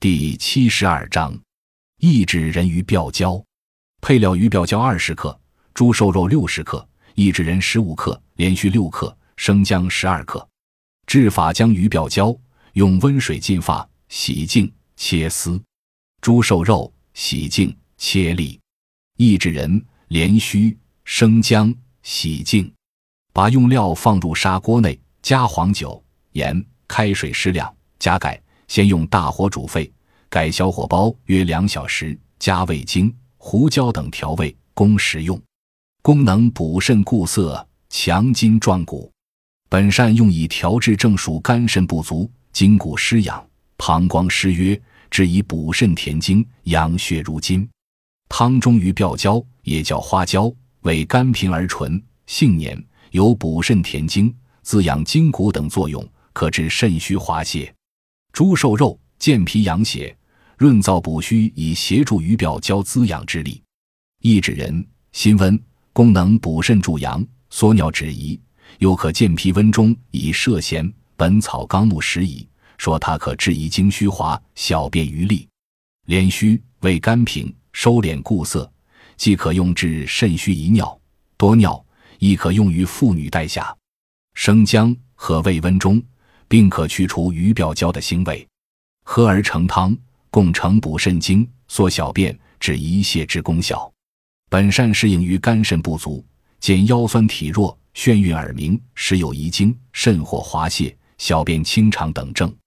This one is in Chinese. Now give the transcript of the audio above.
第72章，抑制人鱼鳔胶。配料：鱼鳔胶20克，猪瘦肉60克，抑制人15克，连须6克，生姜12克。制法：将鱼鳔胶用温水浸发，洗净，切丝。猪瘦肉洗净，切粒。抑制人、连须、生姜洗净。把用料放入砂锅内，加黄酒、盐、开水适量，加盖，先用大火煮沸，盖小火煲约2小时，加味精、胡椒等调味，供食用。功能：补肾固色，强筋壮骨。本膳用以调治正属肝肾不足、筋骨失养、膀胱失约，治以补肾填精，养血如金。汤中鱼鳔胶也叫花椒，为甘平而纯，性黏，有补肾填精、滋养筋骨等作用，可治肾虚滑泻。猪瘦肉健脾养血，润燥补虚，以协助鱼鳔胶滋养之力。抑制人、辛温，功能：补肾助阳，缩尿止遗，又可健脾温中，以摄咸。本草纲目10矣，说它可治遗精虚滑、小便余沥。连须为甘平，收敛固涩，既可用治肾虚遗尿、多尿，亦可用于妇女带下。生姜和胃温中，并可去除鱼鳔胶的腥味。喝而成汤，共成补肾精、缩小便、治遗泻之功效。本膳适应于肝肾不足、见腰酸体弱、眩晕耳鸣、时有遗精、肾火滑泻、小便清长等症。